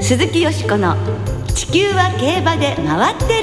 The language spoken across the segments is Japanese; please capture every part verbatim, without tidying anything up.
鈴木よしこの地球は競馬で回って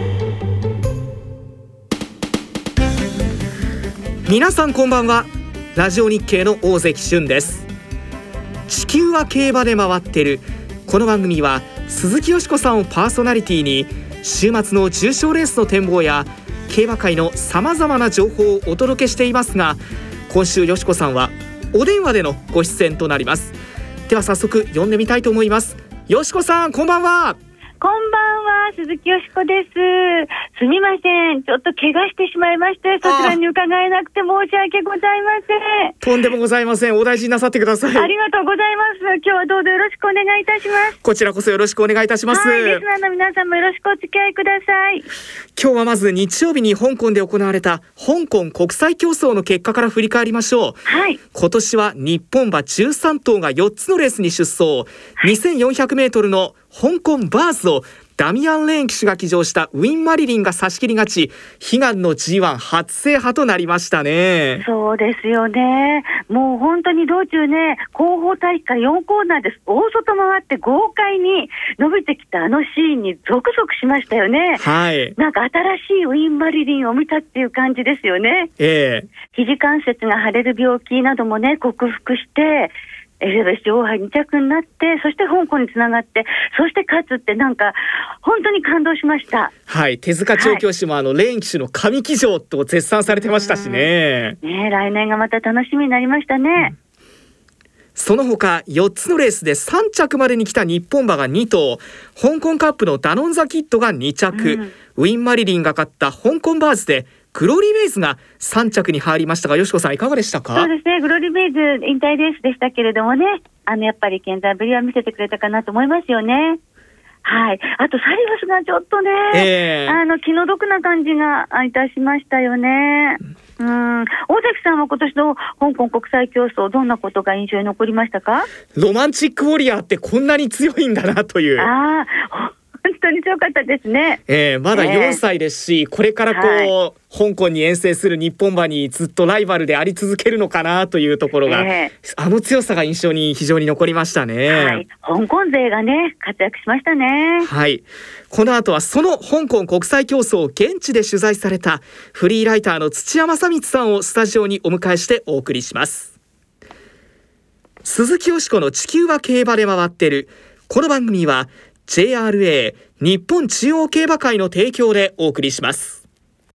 る。皆さんこんばんは。ラジオ日経の大関俊です。地球は競馬で回ってる。この番組は鈴木よしこさんをパーソナリティに週末の重賞レースの展望や競馬界のさまざまな情報をお届けしていますが、今週よしこさんはお電話でのご出演となります。では早速呼んでみたいと思います。よしこさん、こんばんは。 こんばんは、鈴木よしこです。すみません、ちょっと怪我してしまいまして、そちらに伺えなくて申し訳ございません。 とんでもございません。お大事になさってください。 ありがとうございます。今日はどうぞよろしくお願いいたします。 こちらこそよろしくお願いいたします。 はい、リスナーの皆さんもよろしくお付き合いください。 今日はまず日曜日に香港で行われた香港国際競争の結果から振り返りましょう。 はい、 今年は日本馬じゅうさんとうがよっつのレースに出走、はい、にせんよんひゃくメートルの香港バーズをダミアン・レーン騎手が騎乗したウィン・マリリンが差し切り勝ち、悲願の ジーワン 初制覇となりましたね。 そうですよね。もう本当に道中ね、後方大会よんコーナーです。大外回って豪快に伸びてきたあのシーンにゾクゾクしましたよね。 はい。 なんか新しいウィン・マリリンを見たっていう感じですよね。 ええ。 肘関節が腫れる病気などもね、克服してエリザベス女王杯に着になって、そして香港につながって、そして勝つって、なんか本当に感動しました。 はい、手塚調教師もあのレーン騎手の神騎乗と絶賛されてましたしね。 ね、来年がまた楽しみになりましたね。うん、 その他よっつのレースでさんちゃくまでに来た日本馬がにとう、香港カップのダノンザキッドがにちゃく、うん、ウィン・マリリンが勝った香港バーズでグローリーベイズがさんちゃくに入りましたが、よしこさんいかがでしたか？ そうですね、グローリーベイズ引退レースでしたけれどもね、あのやっぱり健在ぶりは見せてくれたかなと思いますよね。はい、あとサリバスがちょっとね、えー、あの気の毒な感じがいたしましたよね。うん、大関さんは今年の香港国際競争、どんなことが印象に残りましたか？ ロマンチックウォリアーってこんなに強いんだなという。 あ本当に強かったですね。 えー、まだよんさいですし、えー、これからこう、はい、香港に遠征する日本馬にずっとライバルであり続けるのかなというところが、えー、あの強さが印象に非常に残りましたね。 はい、香港勢がね活躍しましたね。 はい、この後はその香港国際競争を現地で取材されたフリーライターの土屋正光さんをスタジオにお迎えしてお送りします。鈴木よしこの地球は競馬で回ってる。この番組はジェイアールエー 日本中央競馬会の提供でお送りします。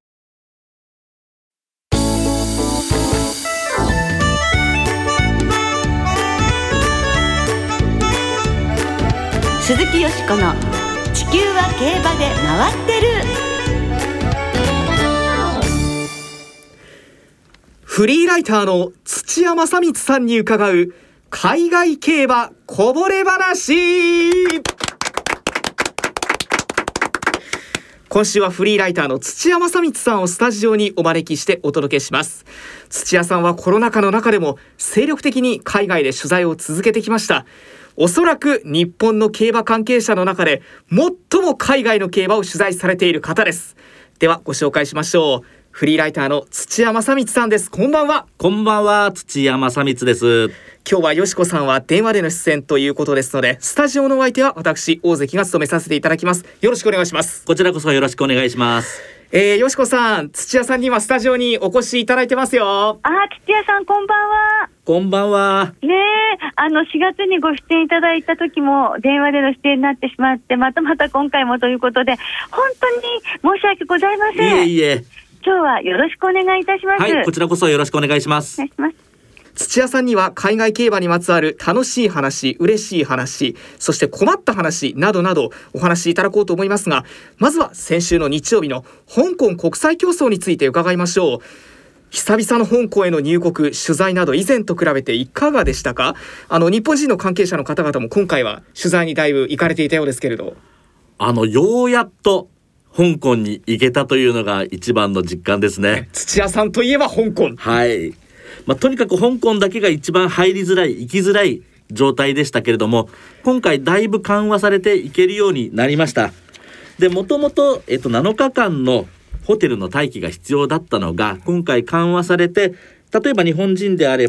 鈴木よしこの地球は競馬で回ってる。 フリーライターの土屋正光さんに伺う海外競馬こぼれ話。今週はフリーライターの土屋正光さんをスタジオにお招きしてお届けします。土屋さんはコロナ禍の中でも精力的に海外で取材を続けてきました。おそらく日本の競馬関係者の中で最も海外の競馬を取材されている方です。ではご紹介しましょう。フリーライターの土屋正光さんです。こんばんは。 こんばんは、土屋正光です。 今日はよしこさんは電話での出演ということですので、スタジオのお相手は私大関が務めさせていただきます。よろしくお願いします。 こちらこそよろしくお願いします。 えー、よしこさん、土屋さんにはスタジオにお越しいただいてますよ。 あ、土屋さんこんばんは。 こんばんは。 ねえ、あのしがつにご出演いただいた時も電話での出演になってしまって、またまた今回もということで本当に申し訳ございません。 いえいえ、 今日はよろしくお願いいたします。 はい、こちらこそよろしくお願いします。 お願いします。 土屋さんには海外競馬にまつわる楽しい話、嬉しい話、そして困った話などなどお話しいただこうと思いますが、まずは先週の日曜日の香港国際競争について伺いましょう。久々の香港への入国、取材など以前と比べていかがでしたか？あの日本人の関係者の方々も今回は取材にだいぶ行かれていたようですけれど、 あのようやっと香港に行けたというのが一番の実感ですね。 土屋さんといえば香港。 はい、まあ、とにかく香港だけが一番入りづらい、行きづらい状態でしたけれども、今回だいぶ緩和されて行けるようになりました。で、もともと、えっと、なのかかんのホテルの待機が必要だったのが今回緩和されて、例えば日本人であれば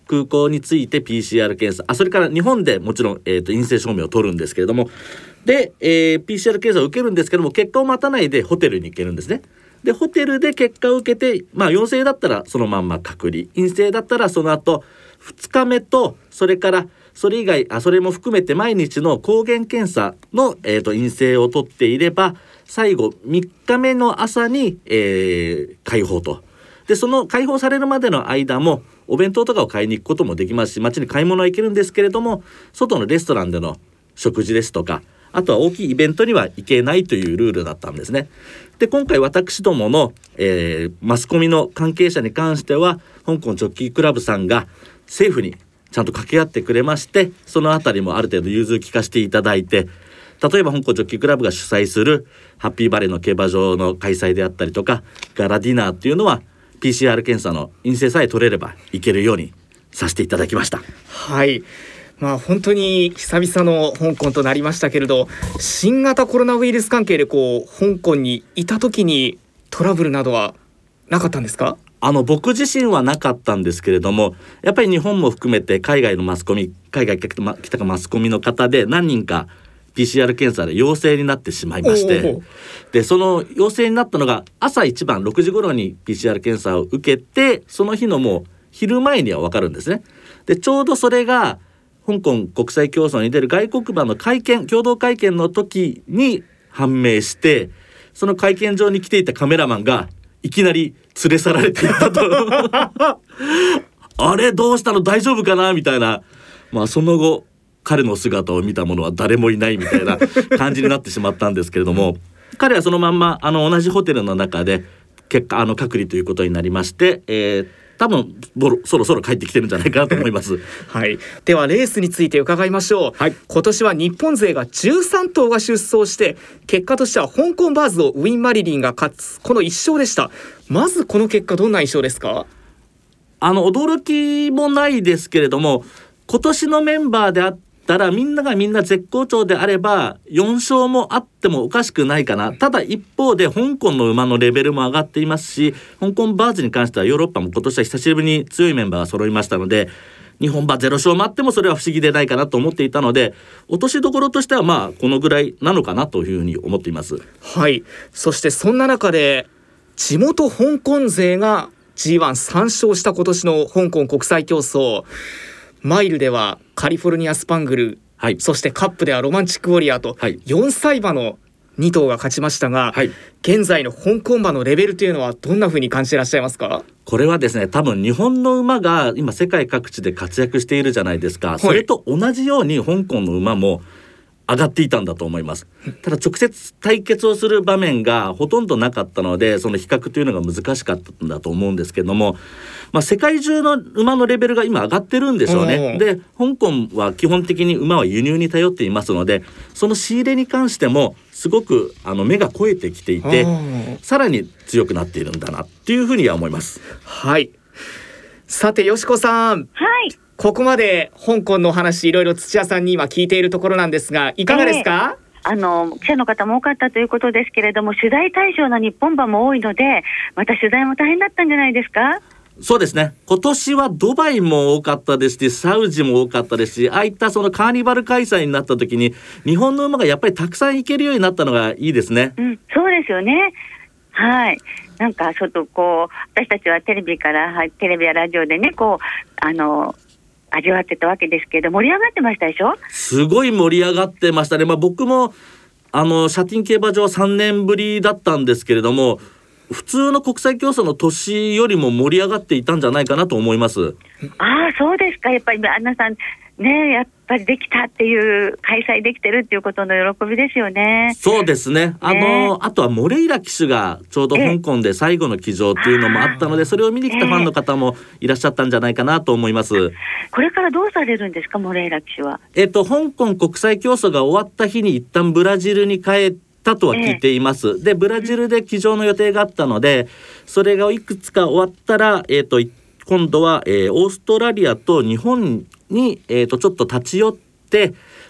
空港に着いて ピーシーアール 検査、あそれから日本でもちろん、えーと、陰性証明を取るんですけれども、で、えー、ピーシーアール 検査を受けるんですけども、結果を待たないでホテルに行けるんですね。でホテルで結果を受けて、まあ、陽性だったらそのまんま隔離、陰性だったらその後ふつかめと、それからそれ以外あそれも含めて毎日の抗原検査の、えーと、陰性を取っていれば最後みっかめの朝に、えー、解放と。でその解放されるまでの間もお弁当とかを買いに行くこともできますし、街に買い物は行けるんですけれども、外のレストランでの食事ですとか、あとは大きいイベントには行けないというルールだったんですね。で今回私どもの、えー、マスコミの関係者に関しては香港ジョッキークラブさんが政府にちゃんと掛け合ってくれまして、そのあたりもある程度融通聞かせていただいて、例えば香港ジョッキークラブが主催するハッピーバレーの競馬場の開催であったりとか、ガラディナーっていうのは ピーシーアール 検査の陰性さえ取れれば行けるようにさせていただきました。 はい、まあ、本当に久々の香港となりましたけれど、新型コロナウイルス関係でこう香港にいた時にトラブルなどはなかったんですか？ あの僕自身はなかったんですけれども、やっぱり日本も含めて海外のマスコミ、海外から来たマスコミの方で何人か ピーシーアール 検査で陽性になってしまいまして、でその陽性になったのが朝一番ろくじ頃に ピーシーアール 検査を受けて、その日のもう昼前には分かるんですね。でちょうどそれが香港国際競争に出る外国馬の会見、共同会見の時に判明して、その会見場に来ていたカメラマンがいきなり連れ去られていったとあれどうしたの大丈夫かなみたいな、まあその後彼の姿を見た者は誰もいないみたいな感じになってしまったんですけれども彼はそのまんまあの同じホテルの中で結果あの隔離ということになりまして、えー多分そろそろ帰ってきてるんじゃないかなと思いますはい、ではレースについて伺いましょう、はい、今年は日本勢がじゅうさん頭が出走して、結果としては香港バーズをウィン・マリリンが勝つこのいっ勝でした。まずこの結果どんな印象ですか？ あの驚きもないですけれども、今年のメンバーであったらみんながみんな絶好調であればよん勝もあってもおかしくないかな。ただ一方で香港の馬のレベルも上がっていますし、香港バーズに関してはヨーロッパも今年は久しぶりに強いメンバーが揃いましたので、日本馬ゼロ勝もあってもそれは不思議でないかなと思っていたので、落としどころとしてはまあこのぐらいなのかなというふうに思っています。 はい、そしてそんな中で地元香港勢が ジーワンさん 勝した今年の香港国際競争、マイルではカリフォルニアスパングル、はい、そしてカップではロマンチックウォリアーとよんさい馬のに頭が勝ちましたが、はい、現在の香港馬のレベルというのはどんな風に感じていらっしゃいますか？ これはですね、多分日本の馬が今世界各地で活躍しているじゃないですか、はい、それと同じように香港の馬も上がっていたんだと思います。ただ直接対決をする場面がほとんどなかったので、その比較というのが難しかったんだと思うんですけども、まあ、世界中の馬のレベルが今上がってるんでしょうね。で香港は基本的に馬は輸入に頼っていますので、その仕入れに関してもすごくあの目が肥えてきていて、さらに強くなっているんだなっていうふうには思います。 はい、さてよしこさん、 はい、 ここまで香港のお話いろいろ土屋さんに今聞いているところなんですが、いかがですか？ えー、あの記者の方も多かったということですけれども、取材対象の日本馬も多いので、また取材も大変だったんじゃないですか？ そうですね、今年はドバイも多かったですし、サウジも多かったですし、ああいったそのカーニバル開催になった時に日本の馬がやっぱりたくさん行けるようになったのがいいですね。 うん、そうですよね。はい、なんかちょっとこう私たちはテレビから、はい、テレビやラジオでねこうあの味わってたわけですけど、盛り上がってましたでしょ？ すごい盛り上がってましたね。まあ、僕もあのシャティン競馬場はさんねんぶりだったんですけれども、普通の国際競争の年よりも盛り上がっていたんじゃないかなと思います。 ああ、そうですか。やっぱり皆さんね、やっぱりできたっていう、開催できてるっていうことの喜びですよね。 そうですね。あの、ね、あとはモレイラ騎手がちょうど香港で最後の騎乗っていうのもあったので、それを見に来たファンの方もいらっしゃったんじゃないかなと思います。 これからどうされるんですか、モレイラ騎手は？ えっと香港国際競争が終わった日に一旦ブラジルに帰ってとは聞いています、えー、でブラジルで騎乗の予定があったので、それがいくつか終わったら、えー、と今度は、えー、オーストラリアと日本に、えー、とちょっと立ち寄って、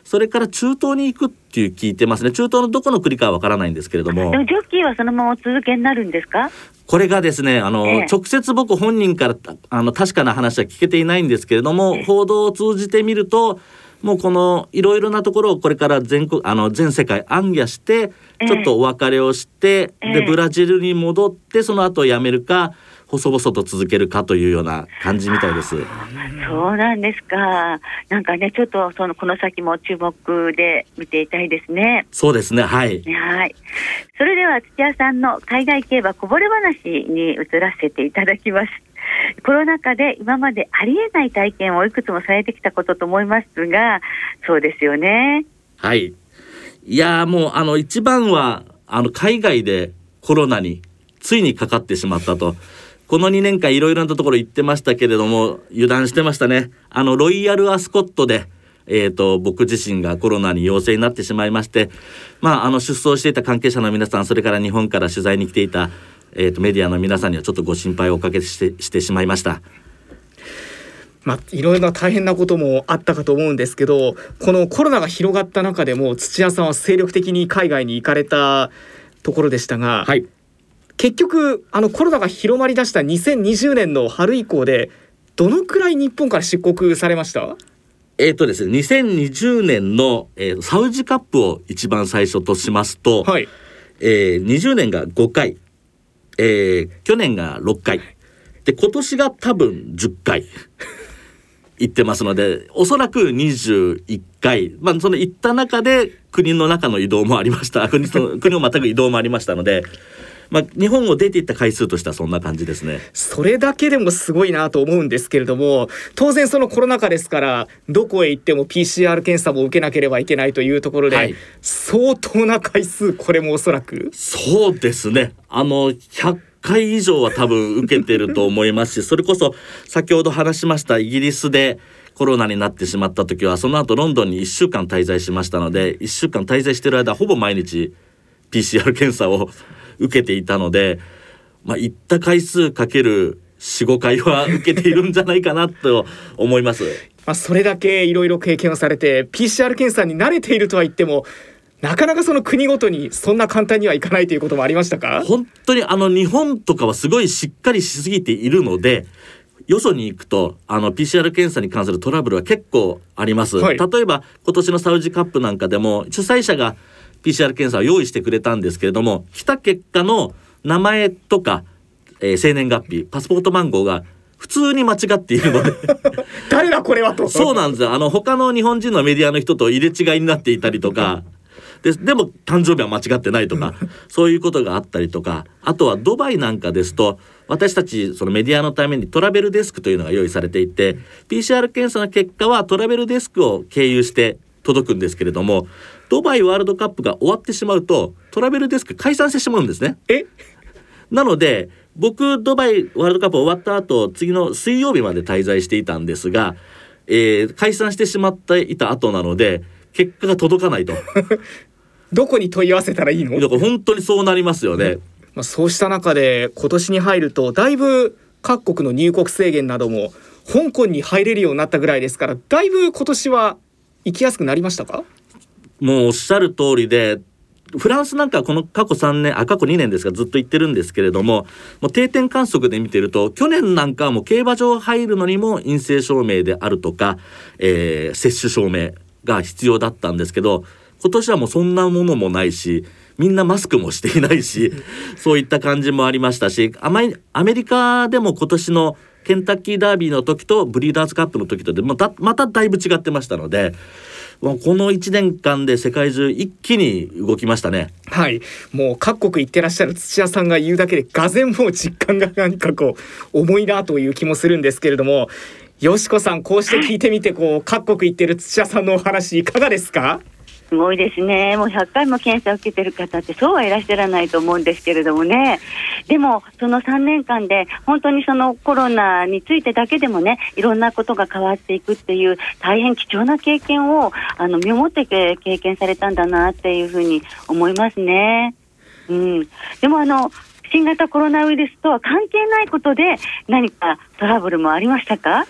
それから中東に行くっていう聞いてますね。中東のどこの国かはわからないんですけれども。 でもジョッキーはそのままお続けになるんですか？ これがですね、あの、ええ、直接僕本人からあの確かな話は聞けていないんですけれども、ええ、報道を通じてみると、もうこのいろいろなところをこれから全国あの全世界行脚してちょっとお別れをして、ええ、でブラジルに戻ってその後辞めるか細々と続けるかというような感じみたいです。 そうなんですか。なんかね、ちょっとそのこの先も注目で見ていたいですね。 そうですね、はい、 はい。それでは土屋さんの海外競馬こぼれ話に移らせていただきます。コロナ禍で今までありえない体験をいくつもされてきたことと思いますが、そうですよね。 はい。いやもうあの一番はあの海外でコロナについにかかってしまったと。このにねんかんいろいろなところ行ってましたけれども油断してましたね。あのロイヤルアスコットで、えー、と僕自身がコロナに陽性になってしまいまして、まあ、あの出走していた関係者の皆さん、それから日本から取材に来ていた、えー、とメディアの皆さんにはちょっとご心配をおかけして、してしまいました。 まあ、いろいろな大変なこともあったかと思うんですけど、このコロナが広がった中でも土屋さんは精力的に海外に行かれたところでしたが、はい、結局あのコロナが広まりだしたにせんにじゅうねんの春以降でどのくらい日本から出国されました？ えーとですね、にせんにじゅうねんの、えー、サウジカップを一番最初としますと、はい、えー、にじゅうねんがごかい、えー、去年がろっかいで今年が多分じゅっかい行ってますので、おそらくにじゅういっかい、まあ、その行った中で国の中の移動もありました国, 国をまたぐ移動もありましたので、まあ、日本を出ていった回数としてはそんな感じですね。 それだけでもすごいなと思うんですけれども、当然そのコロナ禍ですからどこへ行っても ピーシーアール 検査も受けなければいけないというところで、はい、相当な回数、これもおそらくそうですね、あのひゃっかい以上は多分受けてると思いますしそれこそ先ほど話しましたイギリスでコロナになってしまった時はその後ロンドンにいっしゅうかん滞在しましたので、いっしゅうかん滞在している間ほぼ毎日 ピーシーアール 検査を受けていたので、まあ、行った回数かける よん,ご 回は受けているんじゃないかなと思います。 まあそれだけいろいろ経験をされて ピーシーアール 検査に慣れているとは言ってもなかなかその国ごとにそんな簡単にはいかないということもありましたか？ 本当にあの日本とかはすごいしっかりしすぎているので、よそに行くとあの ピーシーアール 検査に関するトラブルは結構あります、はい、例えば今年のサウジカップなんかでも主催者が ピーシーアール 検査を用意してくれたんですけれども、来た結果の名前とか、えー、生年月日、パスポート番号が普通に間違っているので誰だこれはと。 そうなんですよ。あの他の日本人のメディアの人と入れ違いになっていたりとかで, でも誕生日は間違ってないとかそういうことがあったりとか、あとはドバイなんかですと私たちそのメディアのためにトラベルデスクというのが用意されていて、 ピーシーアール 検査の結果はトラベルデスクを経由して届くんですけれども、ドバイワールドカップが終わってしまうとトラベルデスク解散してしまうんですね。 えなので僕ドバイワールドカップ終わった後次の水曜日まで滞在していたんですが、えー、解散してしまっていた後なので結果が届かないとどこに問い合わせたらいいの？ だから本当にそうなりますよね。 まあ、そうした中で今年に入るとだいぶ各国の入国制限なども香港に入れるようになったぐらいですから、だいぶ今年は行きやすくなりましたか？ もうおっしゃる通りで、フランスなんかこの過去さんねんあ過去にねんですがずっと行ってるんですけれども、もう定点観測で見てると去年なんかはもう競馬場入るのにも陰性証明であるとか、えー、接種証明が必要だったんですけど、今年はもうそんなものもないしみんなマスクもしていないしそういった感じもありましたし、アメリカでも今年のケンタッキーダービーの時とブリーダーズカップの時とでまた、まただいぶ違ってましたので、このいちねんかんで世界中一気に動きましたね。 はい、もう各国行ってらっしゃる土屋さんが言うだけでがぜんもう実感が何かこう重いなという気もするんですけれども、よしこさんこうして聞いてみてこう各国行ってる土屋さんのお話いかがですか？ すごいですね。もうひゃっかいも検査を受けてる方ってそうはいらっしゃらないと思うんですけれどもね。でもそのさんねんかんで本当にそのコロナについてだけでもね、いろんなことが変わっていくっていう大変貴重な経験をあの身をもって経験されたんだなっていうふうに思いますね。うん、でもあの新型コロナウイルスとは関係ないことで何かトラブルもありましたか？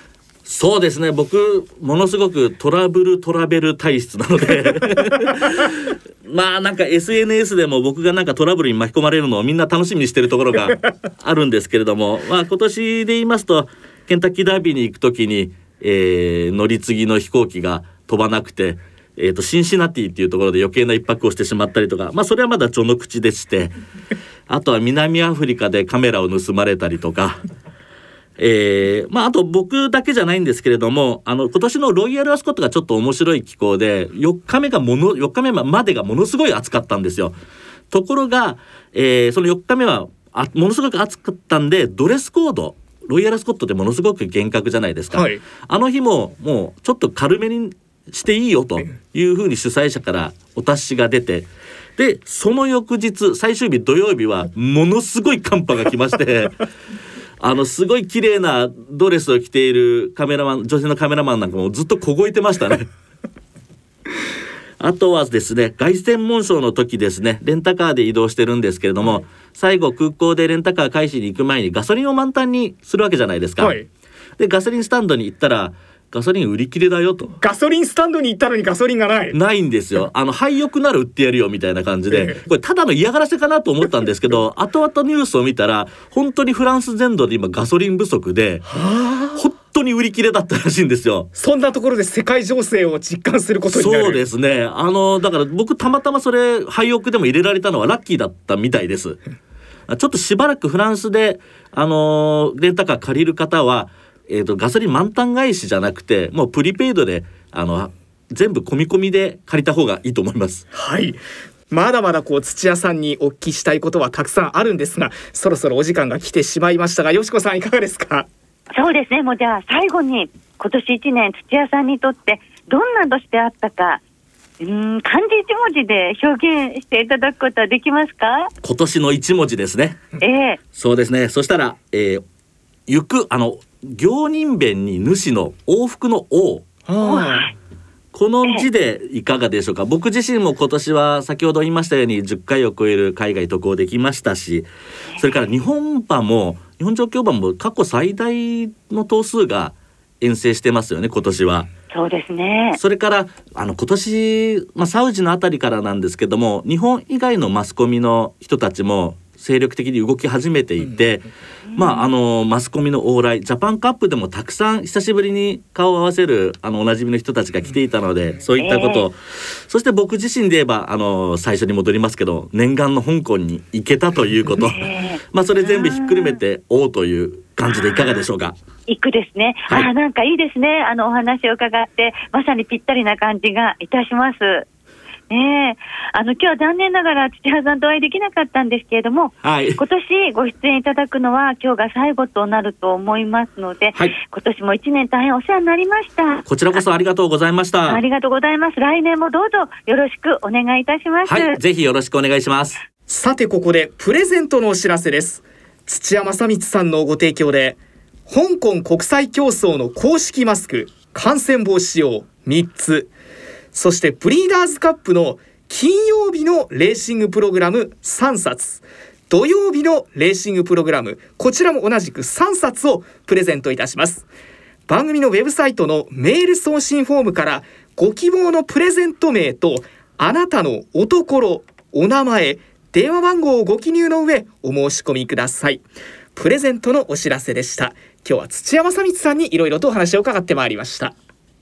そうですね、僕ものすごくトラブルトラベル体質なのでまあなんか エスエヌエス でも僕がなんかトラブルに巻き込まれるのをみんな楽しみにしてるところがあるんですけれどもまあ今年で言いますとケンタッキーダービーに行くときに、えー、乗り継ぎの飛行機が飛ばなくて、えー、とシンシナティっていうところで余計な一泊をしてしまったりとか、まあそれはまだ序の口でして、あとは南アフリカでカメラを盗まれたりとかえーまあ、あと僕だけじゃないんですけれども、あの今年のロイヤルアスコットがちょっと面白い気候でよっかめがものよっかめまでがものすごい暑かったんですよ。ところが、えー、そのよっかめはあものすごく暑かったんでドレスコードロイヤルアスコットってものすごく厳格じゃないですか、はい、あの日ももうちょっと軽めにしていいよというふうに主催者からお達しが出て、でその翌日最終日土曜日はものすごい寒波が来ましてあのすごい綺麗なドレスを着ているカメラマン女性のカメラマンなんかもずっと凍えてましたねあとはですね凱旋門賞の時ですねレンタカーで移動してるんですけれども、はい、最後空港でレンタカー返しに行く前にガソリンを満タンにするわけじゃないですか、はい、でガソリンスタンドに行ったらガソリン売り切れだよと。 ガソリンスタンドに行ったのにガソリンがないないんですよ。あの廃屋なら売ってやるよみたいな感じで、これただの嫌がらせかなと思ったんですけど後々ニュースを見たら本当にフランス全土で今ガソリン不足で本当に売り切れだったらしいんですよ。 そんなところで世界情勢を実感することになる。 そうですね。あのだから僕たまたまそれ廃屋でも入れられたのはラッキーだったみたいです。ちょっとしばらくフランスであのレンタカー借りる方はえー、とガソリン満タン返しじゃなくてもうプリペイドであの全部込み込みで借りた方がいいと思います。 はい、まだまだこう土屋さんにお聞きしたいことはたくさんあるんですがそろそろお時間が来てしまいましたがよしこさんいかがですか。 そうですね、もうじゃあ最後に今年いちねん土屋さんにとってどんな年であったかうーん漢字一文字で表現していただくことはできますか。 今年の一文字ですね、 えー、 そうですね。そしたら、えー、行くあの行人弁に主の往復の王、はあ、この字でいかがでしょうか。僕自身も今年は先ほど言いましたようにじゅっかいを超える海外渡航できましたし、それから日本馬も日本状況馬も過去最大の頭数が遠征してますよね今年は。 そうですね。 それからあの今年、まあ、サウジのあたりからなんですけども日本以外のマスコミの人たちも精力的に動き始めていて、うん、まああのマスコミの往来ジャパンカップでもたくさん久しぶりに顔を合わせるあのおなじみの人たちが来ていたので、うん、そういったこと、えー、そして僕自身で言えばあの最初に戻りますけど念願の香港に行けたということ、えー、まあそれ全部ひっくるめておうという感じでいかがでしょうか。 行くですね、はい、あなんかいいですね。あのお話を伺ってまさにぴったりな感じがいたします。ね、えあの今日は残念ながら土屋さんとお会いできなかったんですけれども、はい、今年ご出演いただくのは今日が最後となると思いますので、はい、今年もいちねん大変お世話になりました。 こちらこそありがとうございました。 あ, ありがとうございます。来年もどうぞよろしくお願いいたします。 はい、ぜひよろしくお願いします。 さてここでプレゼントのお知らせです。土屋正光さんのご提供で香港国際競争の公式マスク感染防止用みっつ、そしてブリーダーズカップの金曜日のレーシングプログラムさんさつ、土曜日のレーシングプログラムこちらも同じくさんさつをプレゼントいたします。番組のウェブサイトのメール送信フォームからご希望のプレゼント名とあなたのおところ、お名前、電話番号をご記入の上お申し込みください。プレゼントのお知らせでした。今日は土屋正光さんにいろいろとお話を伺ってまいりました。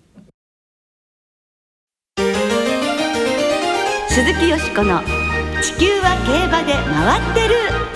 鈴木よしこの地球は競馬で回ってる。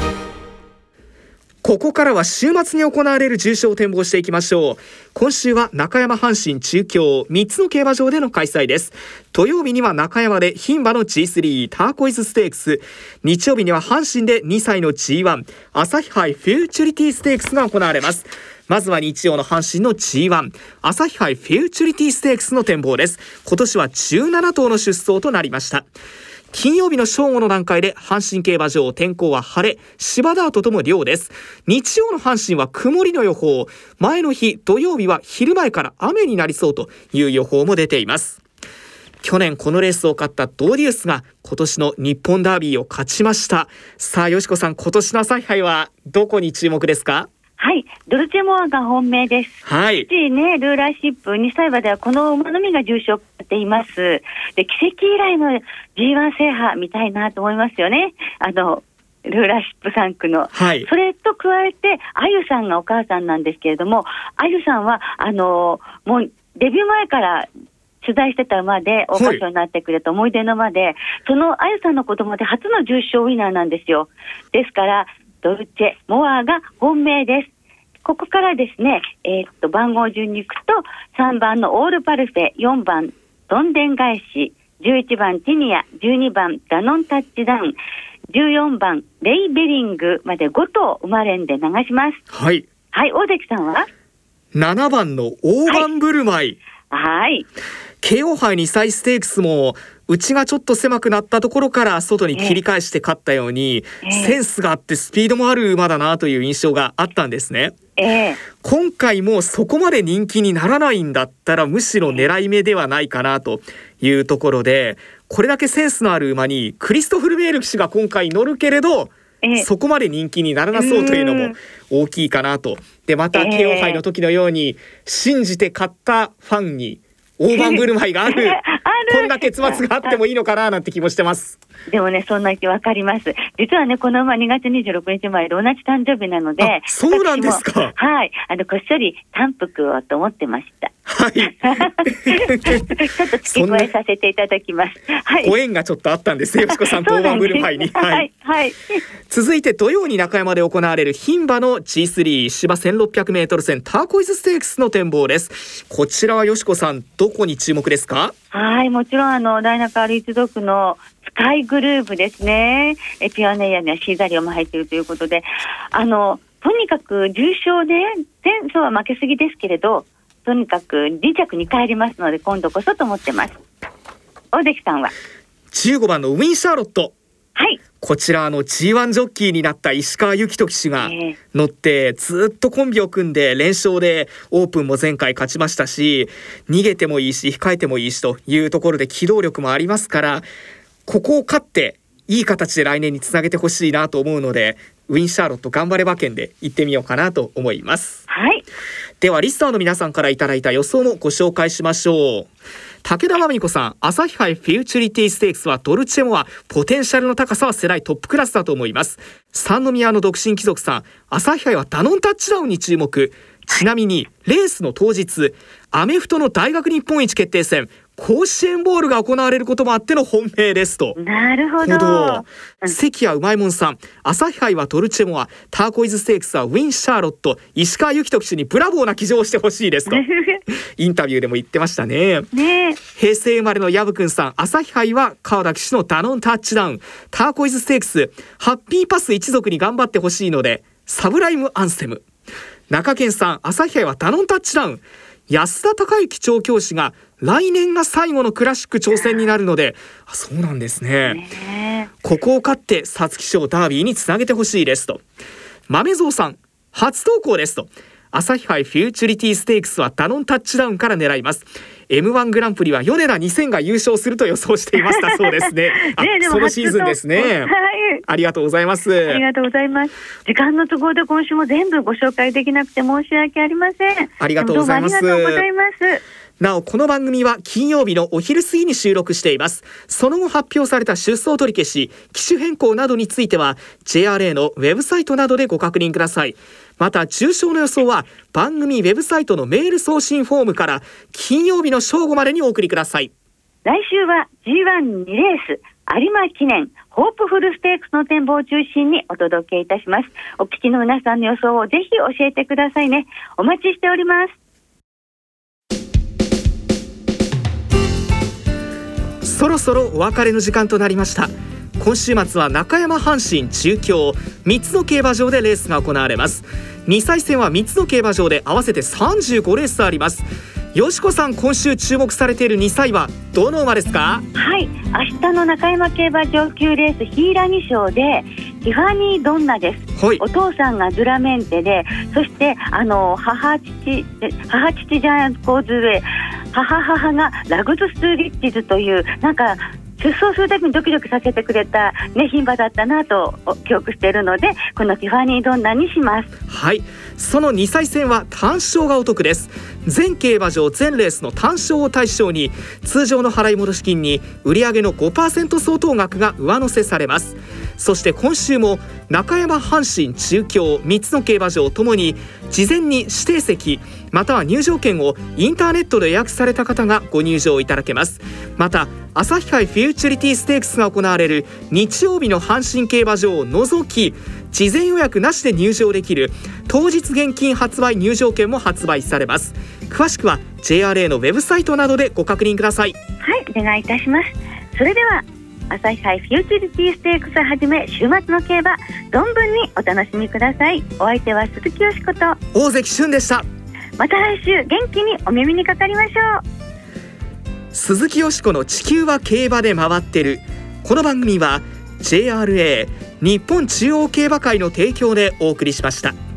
ここからは週末に行われる重賞を展望していきましょう。今週は中山阪神中京みっつの競馬場での開催です。土曜日には中山で牝馬の ジースリー ターコイズステークス、日曜日には阪神でにさいの ジーワン 朝日杯フューチュリティステークスが行われます。まずは日曜の阪神の ジーワン 朝日杯フューチュリティステークスの展望です。今年はじゅうななとうの出走となりました。金曜日の正午の段階で阪神競馬場天候は晴れ、芝ダートとも良です。日曜の阪神は曇りの予報、前の日土曜日は昼前から雨になりそうという予報も出ています。去年このレースを勝ったドーデュースが今年の日本ダービーを勝ちました。さあよしこさん、今年の朝日杯はどこに注目ですか？ はい、ドルチェモアが本命です。 はい。 ね、ルーラーシップにさい馬ではこの馬のみが重賞をっています。で、奇跡以来の ジーワン 制覇見たいなと思いますよね。あのルーラーシップさん区の、はい、それと加えてあゆさんがお母さんなんですけれども、あゆさんはあのもうデビュー前から取材してた馬で桜花賞になってくれた思い出の馬で、はい、そのあゆさんの子供で初の重賞ウィナーなんですよ。ですからドルチェモアが本命です。ここからですね、えー、っと番号順に行くとさんばんのオールパルフェ、よんばんどんでん返し、じゅういちばんティニア、じゅうにばんダノンタッチダウン、じゅうよんばんレイベリングまでご頭馬連で流します。 はい。 はい、大関さんはななばんの大盤振る舞い。 はい。 慶応杯にさいステークスも内がちょっと狭くなったところから外に切り返して勝ったように、えー、センスがあってスピードもある馬だなという印象があったんですね。えー、今回もそこまで人気にならないんだったらむしろ狙い目ではないかなというところで、これだけセンスのある馬にクリストフルメール騎手が今回乗るけれど、えー、そこまで人気にならなそうというのも大きいかなと。でまた慶応杯の時のように信じて勝ったファンに大盤振る舞いがあるこんな結末があってもいいのかななんて気もしてます。 でもね、そんな気わかります。実はね、この馬にがつにじゅうろくにちまえで同じ誕生日なので。 そうなんですか。 はい、あのこっそり単服をと思ってました。 はい。ちょっと付け加えさせていただきます。はい。 ご縁がちょっとあったんですね、よしこさんと大盤振る舞いに。 はい、はい、 続いて土曜に中山で行われる牝馬の ジースリー 芝せんろっぴゃくメートル戦ターコイズステークスの展望です。こちらはよしこさんどこに注目ですか？ はい、もちろんあのダイナカール一族のスカイグルーヴですね。えピュアネイヤにはシーザリオも入っているということで、あのとにかく重賞で前走は負けすぎですけれど、とにかくに着に帰りますので今度こそと思ってます。大関さんはじゅうごばんのウィンシャーロット。 はい、 こちらの ジーワン ジョッキーになった石川由紀人騎手が乗ってずっとコンビを組んで連勝でオープンも前回勝ちましたし、逃げてもいいし控えてもいいしというところで機動力もありますから、ここを勝っていい形で来年につなげてほしいなと思うので、ウィンシャーロット頑張れ馬券で行ってみようかなと思います。 はい、 ではリスターの皆さんからいただいた予想もご紹介しましょう。武田真美子さん、朝日杯フューチュリティステークスはドルチェモア、ポテンシャルの高さは世代トップクラスだと思います。三宮の独身貴族さん、朝日杯はダノンタッチダウンに注目。ちなみにレースの当日、アメフトの大学日本一決定戦甲子園ボールが行われることもあっての本命ですと。 なるほど。 関谷うまいもんさん、朝日杯はドルチェモア、ターコイズステークスはウィンシャーロット、石川由紀人騎手にブラボーな騎乗をしてほしいですとインタビューでも言ってましたね。 ね、 平成生まれのヤブくんさん、朝日杯は川田騎手のダノンタッチダウン、ターコイズステークスハッピーパス一族に頑張ってほしいのでサブライムアンセム。中堅さん、朝日杯はダノンタッチダウン、安田孝之調教師が来年が最後のクラシック挑戦になるので、あ、そうなんですね。ね、ここを勝って皐月賞ダービーにつなげてほしいですと。豆蔵さん、初投稿ですと。朝日杯フューチュリティステークスはダノンタッチダウンから狙います。 エムワン グランプリは米田にせんが優勝すると予想していましたそうですね。あ、ね、そのシーズンですね。はい、ありがとうございます。 ありがとうございます。時間の都合で今週も全部ご紹介できなくて申し訳ありません。 ありがとうございます。 どうもありがとうございます。 なおこの番組は金曜日のお昼過ぎに収録しています。その後発表された出走取り消し、機種変更などについては ジェイアールエー のウェブサイトなどでご確認ください。また重賞の予想は番組ウェブサイトのメール送信フォームから金曜日の正午までにお送りください。 来週は ジーワンに レース有馬記念ホープフルステークスの展望を中心にお届けいたします。お聞きの皆さんの予想をぜひ教えてくださいね。お待ちしております。 そろそろお別れの時間となりました。今週末は中山阪神中京みっつの競馬場でレースが行われます。にさい戦はみっつの競馬場で合わせてさんじゅうごレースあります。よしこさん、今週注目されているにさいはどの馬ですか？ はい、明日の中山競馬場級レースヒーラに賞でティファニードンナです、はい、お父さんがドゥラメンテで、そしてあの母父母父ジャイアントコーズウェイ、母母がラグズスリッチズというなんか出走するたびにドキドキさせてくれた、ね、牝馬だったなと記憶しているので、このティファニードンナにします。 はい、そのにさい戦は単勝がお得です。全競馬場全レースの単勝を対象に、通常の払い戻し金に売上の ごパーセント 相当額が上乗せされます。そして今週も中山、阪神、中京みっつの競馬場ともに事前に指定席または入場券をインターネットで予約された方がご入場いただけます。また朝日杯フューチュリティステークスが行われる日曜日の阪神競馬場を除き、事前予約なしで入場できる当日現金発売入場券も発売されます。詳しくは ジェイアールエー のウェブサイトなどでご確認ください。 はい、お願いいたします。それでは朝日杯フューチュリティステークスはじめ週末の競馬存分にお楽しみください。お相手は鈴木よしこと大関俊でした。 また来週元気にお耳にかかりましょう。 鈴木よしこの地球は競馬で回ってる。この番組は ジェイアールエー 日本中央競馬会の提供でお送りしました。